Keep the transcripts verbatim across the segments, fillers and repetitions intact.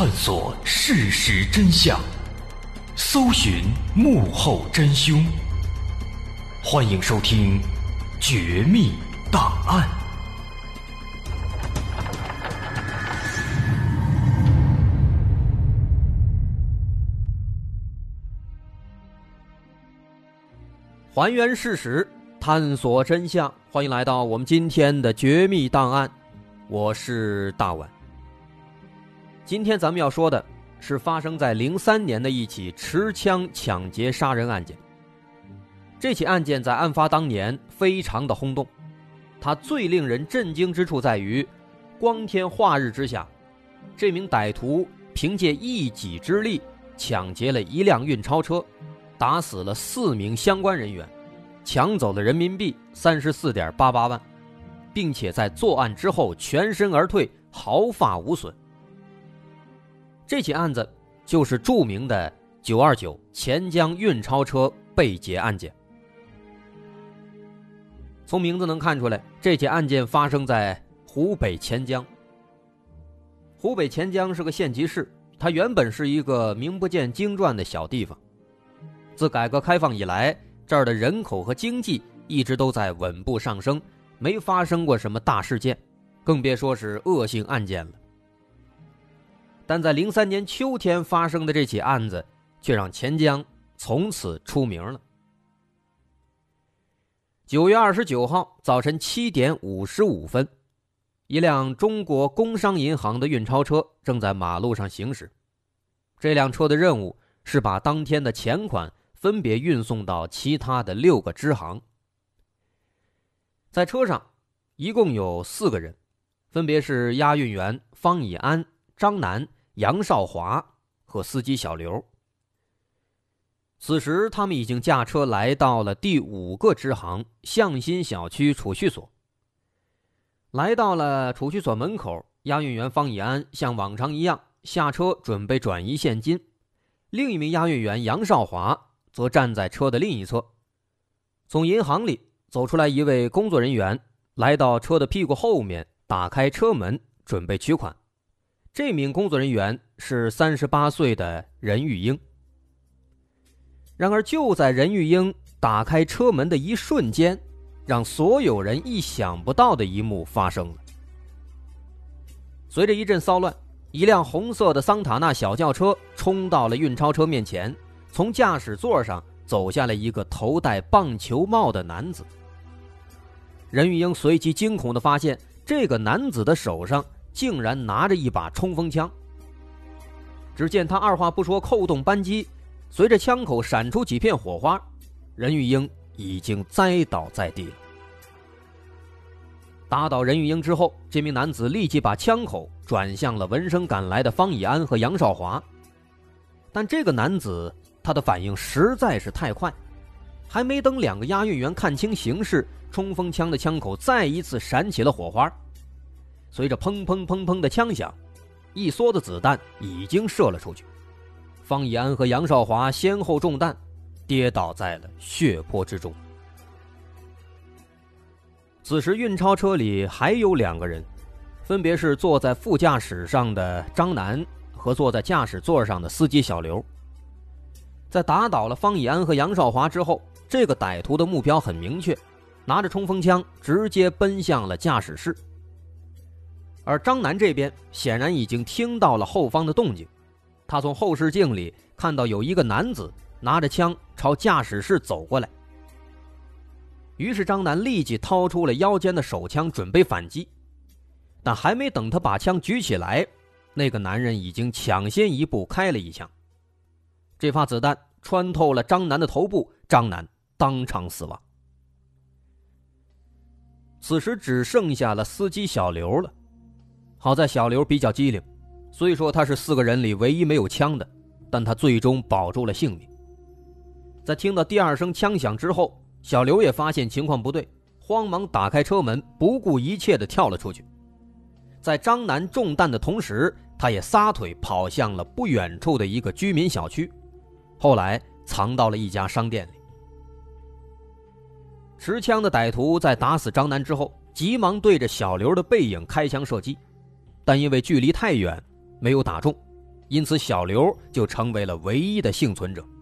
探索事实真相，搜寻幕后真凶。欢迎收听《绝密档案》。 还原事实，探索真相，欢迎来到我们今天的绝密档案，我是大碗。今天咱们要说的是发生在零三年的一起持枪抢劫杀人案件。这起案件在案发当年非常的轰动，它最令人震惊之处在于，光天化日之下，这名歹徒凭借一己之力抢劫了一辆运钞车，打死了四名相关人员，抢走了人民币 三十四点八八万，并且在作案之后全身而退，毫发无损。这起案子就是著名的九二九钱江运钞车被劫案件。从名字能看出来，这起案件发生在湖北钱江。湖北钱江是个县级市，它原本是一个名不见经传的小地方。自改革开放以来，这儿的人口和经济一直都在稳步上升，没发生过什么大事件，更别说是恶性案件了。但在零三年秋天发生的这起案子，却让钱江从此出名了。九月二十九号早晨七点五十五分，一辆中国工商银行的运钞车正在马路上行驶。这辆车的任务是把当天的钱款分别运送到其他的六个支行。在车上一共有四个人，分别是押运员方以安、张楠、杨少华和司机小刘。此时他们已经驾车来到了第五个支行向心小区储蓄所。来到了储蓄所门口，押运员方以安像往常一样下车准备转移现金，另一名押运员杨少华则站在车的另一侧。从银行里走出来一位工作人员，来到车的屁股后面，打开车门准备取款。这名工作人员是三十八岁的任玉英。然而就在任玉英打开车门的一瞬间，让所有人意想不到的一幕发生了。随着一阵骚乱，一辆红色的桑塔纳小轿车冲到了运钞车面前，从驾驶座上走下来一个头戴棒球帽的男子。任玉英随即惊恐地发现，这个男子的手上竟然拿着一把冲锋枪。只见他二话不说扣动扳机，随着枪口闪出几片火花，任玉英已经栽倒在地了。打倒任玉英之后，这名男子立即把枪口转向了闻声赶来的方以安和杨少华。但这个男子他的反应实在是太快，还没等两个押运员看清形势，冲锋枪的枪口再一次闪起了火花。随着砰砰砰砰的枪响，一梭子子弹已经射了出去。方以安和杨少华先后中弹，跌倒在了血泊之中。此时运钞车里还有两个人，分别是坐在副驾驶上的张楠和坐在驾驶座上的司机小刘。在打倒了方以安和杨少华之后，这个歹徒的目标很明确，拿着冲锋枪直接奔向了驾驶室。而张楠这边显然已经听到了后方的动静，他从后视镜里看到有一个男子拿着枪朝驾驶室走过来。于是张楠立即掏出了腰间的手枪准备反击，但还没等他把枪举起来，那个男人已经抢先一步开了一枪。这发子弹穿透了张楠的头部，张楠当场死亡。此时只剩下了司机小刘了。好在小刘比较机灵，虽说他是四个人里唯一没有枪的，但他最终保住了性命。在听到第二声枪响之后，小刘也发现情况不对，慌忙打开车门，不顾一切地跳了出去。在张楠中弹的同时，他也撒腿跑向了不远处的一个居民小区，后来藏到了一家商店里。持枪的歹徒在打死张楠之后，急忙对着小刘的背影开枪射击，但因为距离太远没有打中， 因此小刘就成为了唯一的幸存者。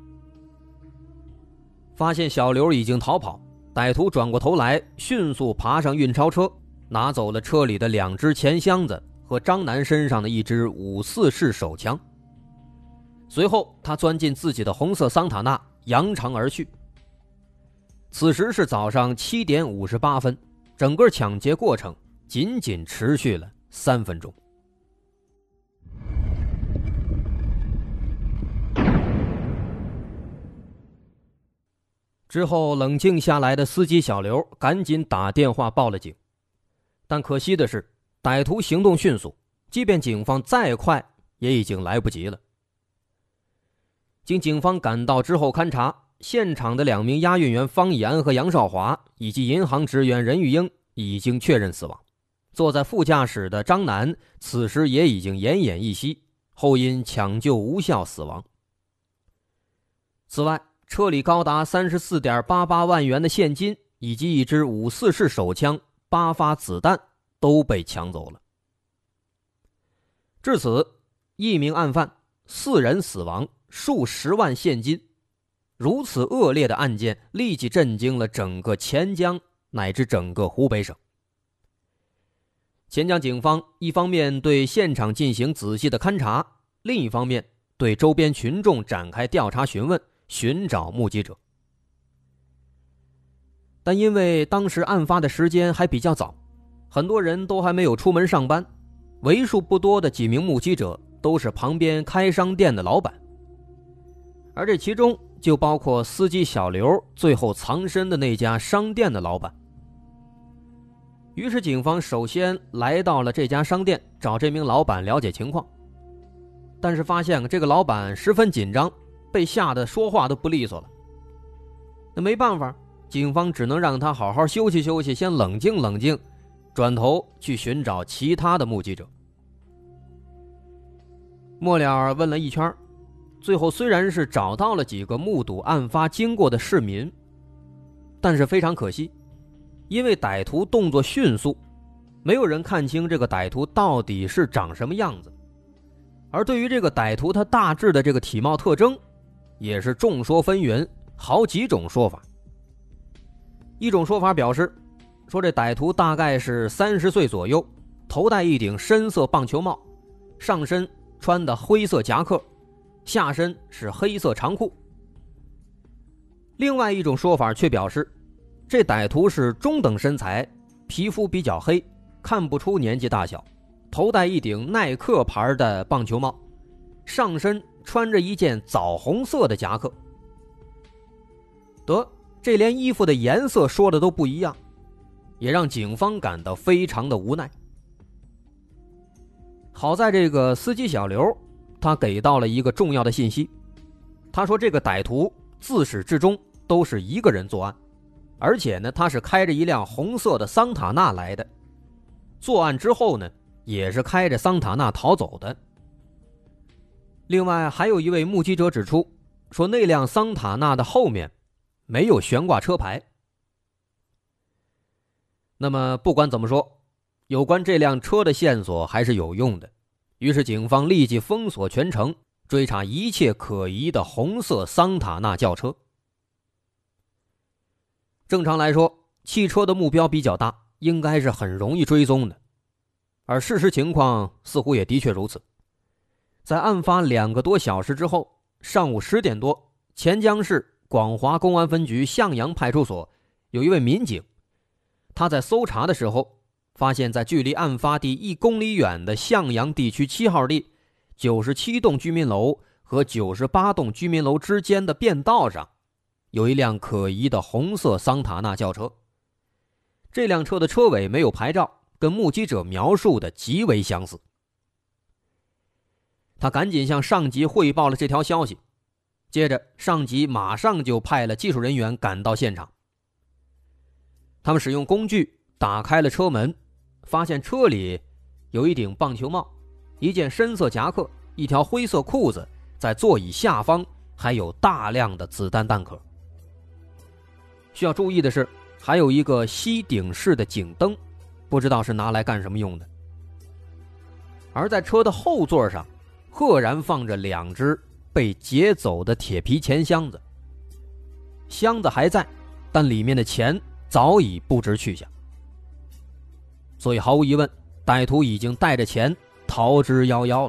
发现小刘已经逃跑，歹徒转过头来，迅速爬上运钞车，拿走了车里的两只钱箱子和张楠身上的一支五四式手枪。随后他钻进自己的红色桑塔纳，扬长而去。此时是早上七点五十八分，整个抢劫过程仅仅持续了三分钟。之后冷静下来的司机小刘赶紧打电话报了警，但可惜的是歹徒行动迅速，即便警方再快也已经来不及了。经警方赶到之后勘查，现场的两名押运员方以安和杨少华以及银行职员任玉英已经确认死亡，坐在副驾驶的张楠此时也已经奄奄一息，后因抢救无效死亡。此外，车里高达 三十四点八八万元的现金以及一支五四式手枪、八发子弹都被抢走了。至此，一名案犯，四人死亡，数十万现金，如此恶劣的案件立即震惊了整个钱江乃至整个湖北省。钱江警方一方面对现场进行仔细的勘查，另一方面对周边群众展开调查询问，寻找目击者。但因为当时案发的时间还比较早，很多人都还没有出门上班，为数不多的几名目击者都是旁边开商店的老板，而这其中就包括司机小刘最后藏身的那家商店的老板。于是警方首先来到了这家商店，找这名老板了解情况，但是发现这个老板十分紧张，被吓得说话都不利索了。那没办法，警方只能让他好好休息休息，先冷静冷静，转头去寻找其他的目击者。末了问了一圈，最后虽然是找到了几个目睹案发经过的市民，但是非常可惜，因为歹徒动作迅速，没有人看清这个歹徒到底是长什么样子。而对于这个歹徒他大致的这个体貌特征，也是众说纷纭，好几种说法。一种说法表示，说这歹徒大概是三十岁左右，头戴一顶深色棒球帽，上身穿的灰色夹克，下身是黑色长裤。另外一种说法却表示，这歹徒是中等身材，皮肤比较黑，看不出年纪大小，头戴一顶耐克牌的棒球帽，上身穿着一件枣红色的夹克。得，这连衣服的颜色说的都不一样，也让警方感到非常的无奈。好在这个司机小刘，他给到了一个重要的信息。他说这个歹徒自始至终都是一个人作案，而且呢，他是开着一辆红色的桑塔纳来的，作案之后呢，也是开着桑塔纳逃走的。另外还有一位目击者指出，说那辆桑塔纳的后面没有悬挂车牌。那么不管怎么说，有关这辆车的线索还是有用的，于是警方立即封锁全城，追查一切可疑的红色桑塔纳轿车。正常来说，汽车的目标比较大，应该是很容易追踪的，而事实情况似乎也的确如此。在案发两个多小时之后，上午十点多，钱江市广华公安分局向阳派出所有一位民警，他在搜查的时候，发现在距离案发地一公里远的向阳地区七号地九十七栋居民楼和九十八栋居民楼之间的便道上，有一辆可疑的红色桑塔纳轿车。这辆车的车尾没有牌照，跟目击者描述的极为相似。他赶紧向上级汇报了这条消息，接着上级马上就派了技术人员赶到现场。他们使用工具打开了车门，发现车里有一顶棒球帽，一件深色夹克，一条灰色裤子，在座椅下方还有大量的子弹弹壳。需要注意的是，还有一个吸顶式的警灯，不知道是拿来干什么用的。而在车的后座上赫然放着两只被劫走的铁皮钱箱子，箱子还在，但里面的钱早已不知去向。所以毫无疑问，歹徒已经带着钱逃之夭夭了。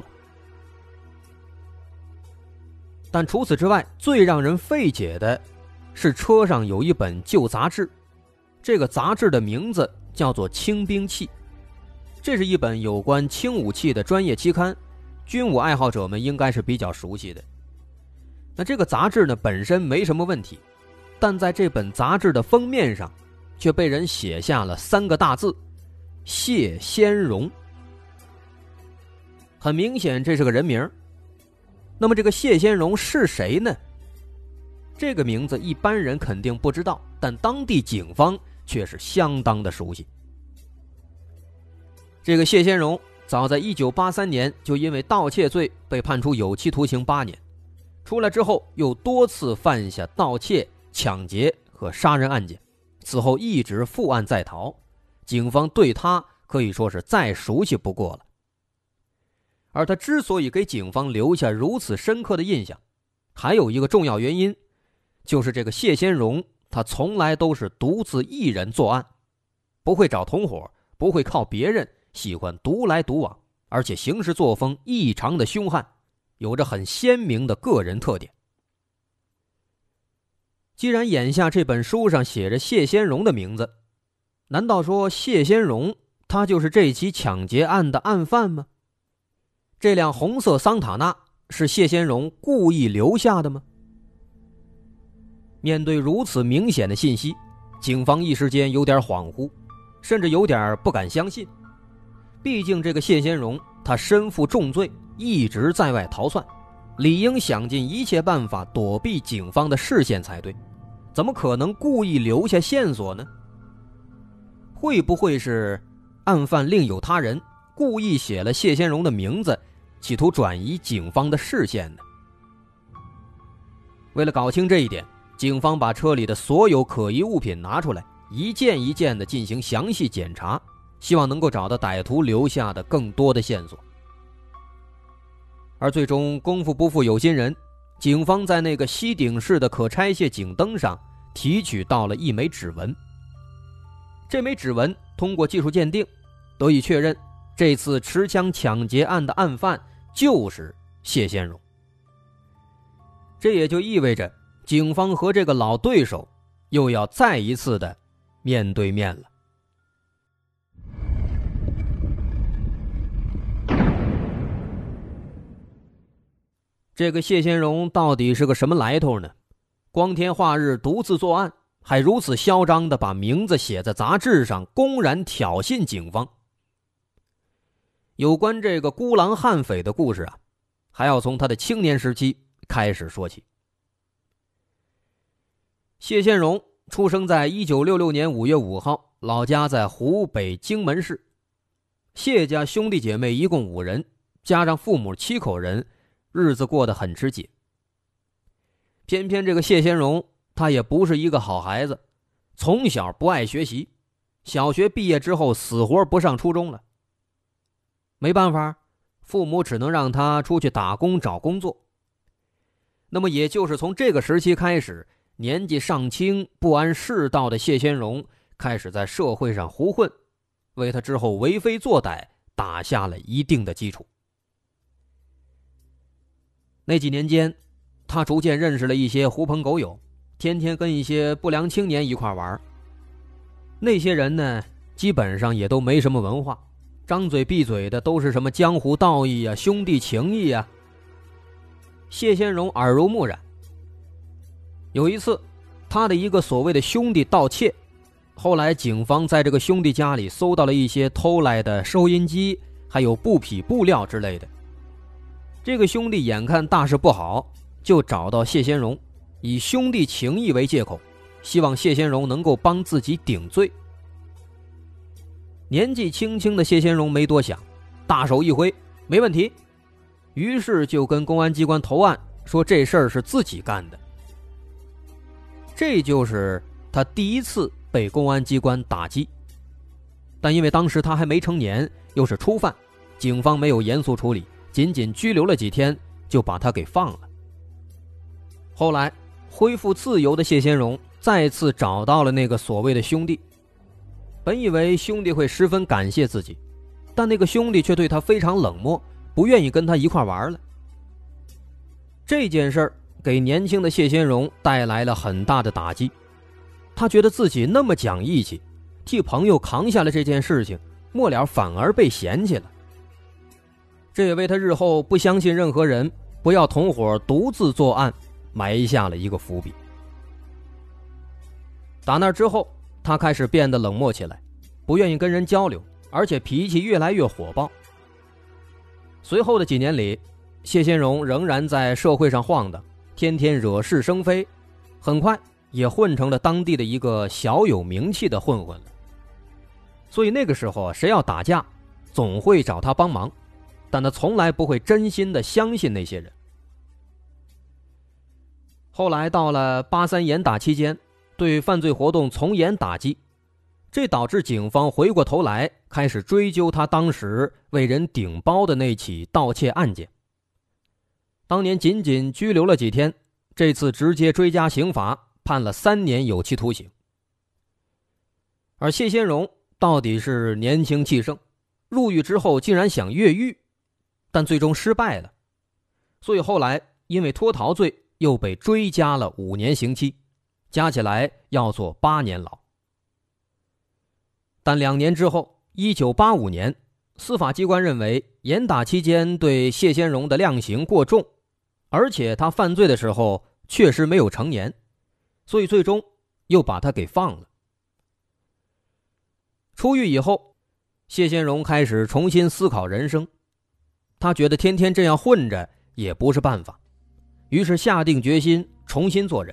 但除此之外，最让人费解的是车上有一本旧杂志，这个杂志的名字叫做《轻兵器》，这是一本有关轻武器的专业期刊，军武爱好者们应该是比较熟悉的。那这个杂志呢本身没什么问题，但在这本杂志的封面上却被人写下了三个大字：谢先荣。很明显这是个人名。那么这个谢先荣是谁呢？这个名字一般人肯定不知道，但当地警方却是相当的熟悉。这个谢先荣早在一九八三年就因为盗窃罪被判处有期徒刑八年，出来之后又多次犯下盗窃、抢劫和杀人案件，此后一直负案在逃，警方对他可以说是再熟悉不过了。而他之所以给警方留下如此深刻的印象，还有一个重要原因，就是这个谢先荣他从来都是独自一人作案，不会找同伙，不会靠别人，喜欢独来独往，而且行事作风异常的凶悍，有着很鲜明的个人特点。既然眼下这本书上写着谢先荣的名字，难道说谢先荣他就是这起抢劫案的案犯吗？这辆红色桑塔纳是谢先荣故意留下的吗？面对如此明显的信息，警方一时间有点恍惚，甚至有点不敢相信。毕竟这个谢先荣他身负重罪，一直在外逃窜，理应想尽一切办法躲避警方的视线才对，怎么可能故意留下线索呢？会不会是案犯另有他人，故意写了谢先荣的名字，企图转移警方的视线呢？为了搞清这一点，警方把车里的所有可疑物品拿出来，一件一件的进行详细检查，希望能够找到歹徒留下的更多的线索。而最终功夫不负有心人，警方在那个吸顶式的可拆卸警灯上提取到了一枚指纹。这枚指纹通过技术鉴定，得以确认这次持枪抢劫案的案犯就是谢先荣。这也就意味着警方和这个老对手又要再一次的面对面了。这个谢先荣到底是个什么来头呢？光天化日独自作案，还如此嚣张地把名字写在杂志上，公然挑衅警方。有关这个孤狼悍匪的故事啊，还要从他的青年时期开始说起。谢先荣出生在一九六六年五月五号，老家在湖北荆门市。谢家兄弟姐妹一共五人，加上父母七口人，日子过得很吃紧。偏偏这个谢先荣他也不是一个好孩子，从小不爱学习，小学毕业之后死活不上初中了。没办法，父母只能让他出去打工找工作。那么也就是从这个时期开始，年纪尚轻不谙世道的谢先荣开始在社会上胡混，为他之后为非作歹打下了一定的基础。那几年间，他逐渐认识了一些狐朋狗友，天天跟一些不良青年一块玩。那些人呢，基本上也都没什么文化，张嘴闭嘴的都是什么江湖道义啊、兄弟情义啊。谢先荣耳濡目染。有一次，他的一个所谓的兄弟盗窃，后来警方在这个兄弟家里搜到了一些偷来的收音机，还有布匹布料之类的。这个兄弟眼看大事不好，就找到谢先荣，以兄弟情义为借口，希望谢先荣能够帮自己顶罪。年纪轻轻的谢先荣没多想，大手一挥，没问题，于是就跟公安机关投案，说这事儿是自己干的。这就是他第一次被公安机关打击，但因为当时他还没成年，又是初犯，警方没有严肃处理， 仅仅拘留了几天就把他给放了。后来恢复自由的谢先荣再次找到了那个所谓的兄弟，本以为兄弟会十分感谢自己，但那个兄弟却对他非常冷漠，不愿意跟他一块玩了。这件事儿给年轻的谢先荣带来了很大的打击，他觉得自己那么讲义气，替朋友扛下了这件事情，末了反而被嫌弃了。这也为他日后不相信任何人，不要同伙独自作案埋下了一个伏笔。打那之后，他开始变得冷漠起来，不愿意跟人交流，而且脾气越来越火爆。随后的几年里，谢先荣仍然在社会上晃荡，天天惹是生非，很快也混成了当地的一个小有名气的混混了。所以那个时候谁要打架，总会找他帮忙，但他从来不会真心的相信那些人。后来到了八三严打期间，对犯罪活动从严打击，这导致警方回过头来开始追究他当时为人顶包的那起盗窃案件。当年仅仅拘留了几天，这次直接追加刑罚，判了三年有期徒刑。而谢先荣到底是年轻气盛，入狱之后竟然想越狱，但最终失败了，所以后来因为脱逃罪又被追加了五年刑期，加起来要坐八年牢。但两年之后，一九八五年，司法机关认为严打期间对谢先荣的量刑过重，而且他犯罪的时候确实没有成年，所以最终又把他给放了。出狱以后，谢先荣开始重新思考人生，他觉得天天这样混着也不是办法，于是下定决心重新做人。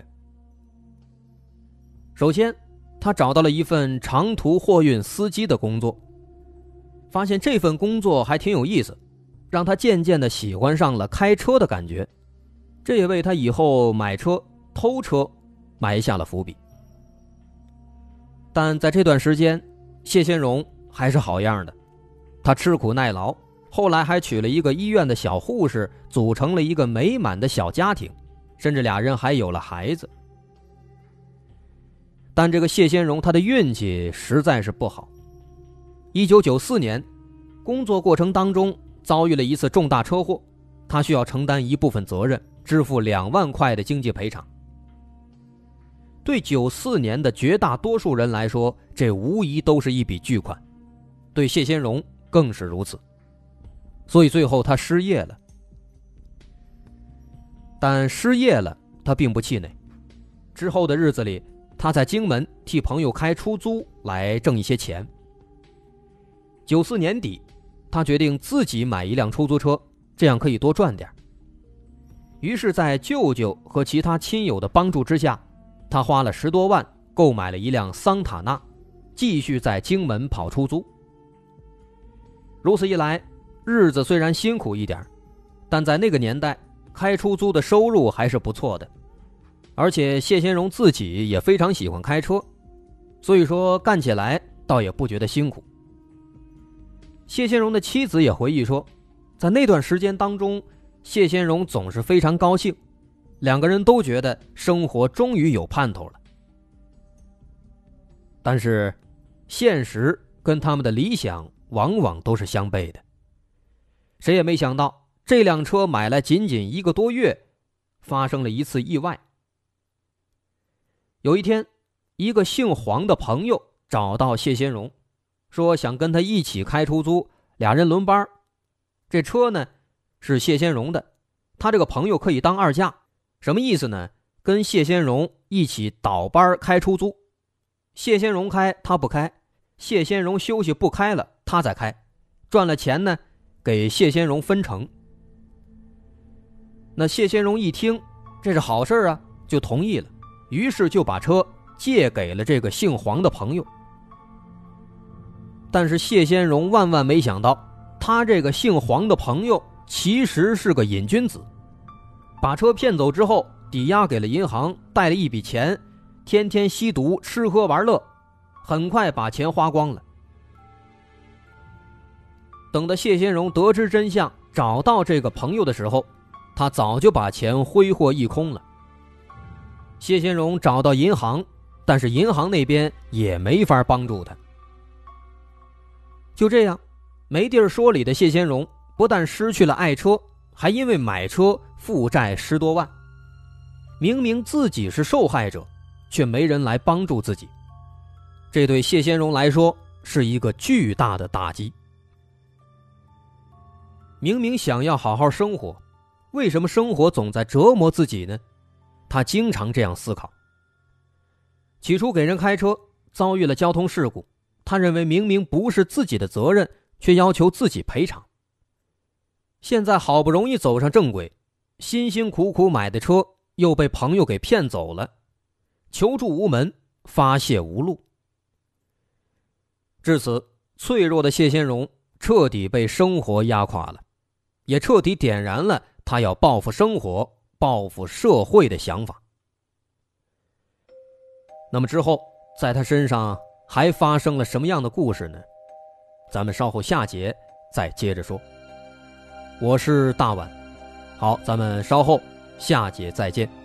首先，他找到了一份长途货运司机的工作，发现这份工作还挺有意思，让他渐渐地喜欢上了开车的感觉，这也为他以后买车、偷车埋下了伏笔。但在这段时间，谢先荣还是好样的，他吃苦耐劳，后来还娶了一个医院的小护士，组成了一个美满的小家庭，甚至俩人还有了孩子。但这个谢先荣他的运气实在是不好。一九九四年，工作过程当中遭遇了一次重大车祸，他需要承担一部分责任，支付两万块的经济赔偿。对九四年的绝大多数人来说，这无疑都是一笔巨款，对谢先荣更是如此。所以最后他失业了。但失业了，他并不气馁。之后的日子里，他在荆门替朋友开出租来挣一些钱。九四年底，他决定自己买一辆出租车，这样可以多赚点。于是在舅舅和其他亲友的帮助之下，他花了十多万购买了一辆桑塔纳，继续在荆门跑出租。如此一来，日子虽然辛苦一点，但在那个年代，开出租的收入还是不错的。而且谢先荣自己也非常喜欢开车，所以说干起来倒也不觉得辛苦。谢先荣的妻子也回忆说，在那段时间当中，谢先荣总是非常高兴，两个人都觉得生活终于有盼头了。但是现实跟他们的理想往往都是相悖的。谁也没想到，这辆车买了仅仅一个多月，发生了一次意外。有一天，一个姓黄的朋友找到谢先荣，说想跟他一起开出租，俩人轮班。这车呢是谢先荣的，他这个朋友可以当二驾。什么意思呢？跟谢先荣一起倒班开出租，谢先荣开他不开，谢先荣休息不开了他再开，赚了钱呢给谢先荣分成。那谢先荣一听这是好事啊，就同意了，于是就把车借给了这个姓黄的朋友。但是谢先荣万万没想到，他这个姓黄的朋友其实是个瘾君子，把车骗走之后抵押给了银行，带了一笔钱，天天吸毒吃喝玩乐，很快把钱花光了。等到谢先荣得知真相， 找到这个朋友的时候，他早就把钱挥霍一空了。谢先荣找到银行，但是银行那边也没法帮助他。就这样，没地儿说理的谢先荣不但失去了爱车，还因为买车负债十多万。明明自己是受害者，却没人来帮助自己，这对谢先荣来说是一个巨大的打击。明明想要好好生活，为什么生活总在折磨自己呢？他经常这样思考。起初给人开车，遭遇了交通事故，他认为明明不是自己的责任，却要求自己赔偿。现在好不容易走上正轨，辛辛苦苦买的车又被朋友给骗走了，求助无门，发泄无路。至此，脆弱的谢先荣彻底被生活压垮了，也彻底点燃了他要报复生活、报复社会的想法。那么之后，在他身上还发生了什么样的故事呢？咱们稍后下节再接着说。我是大碗，好，咱们稍后下节再见。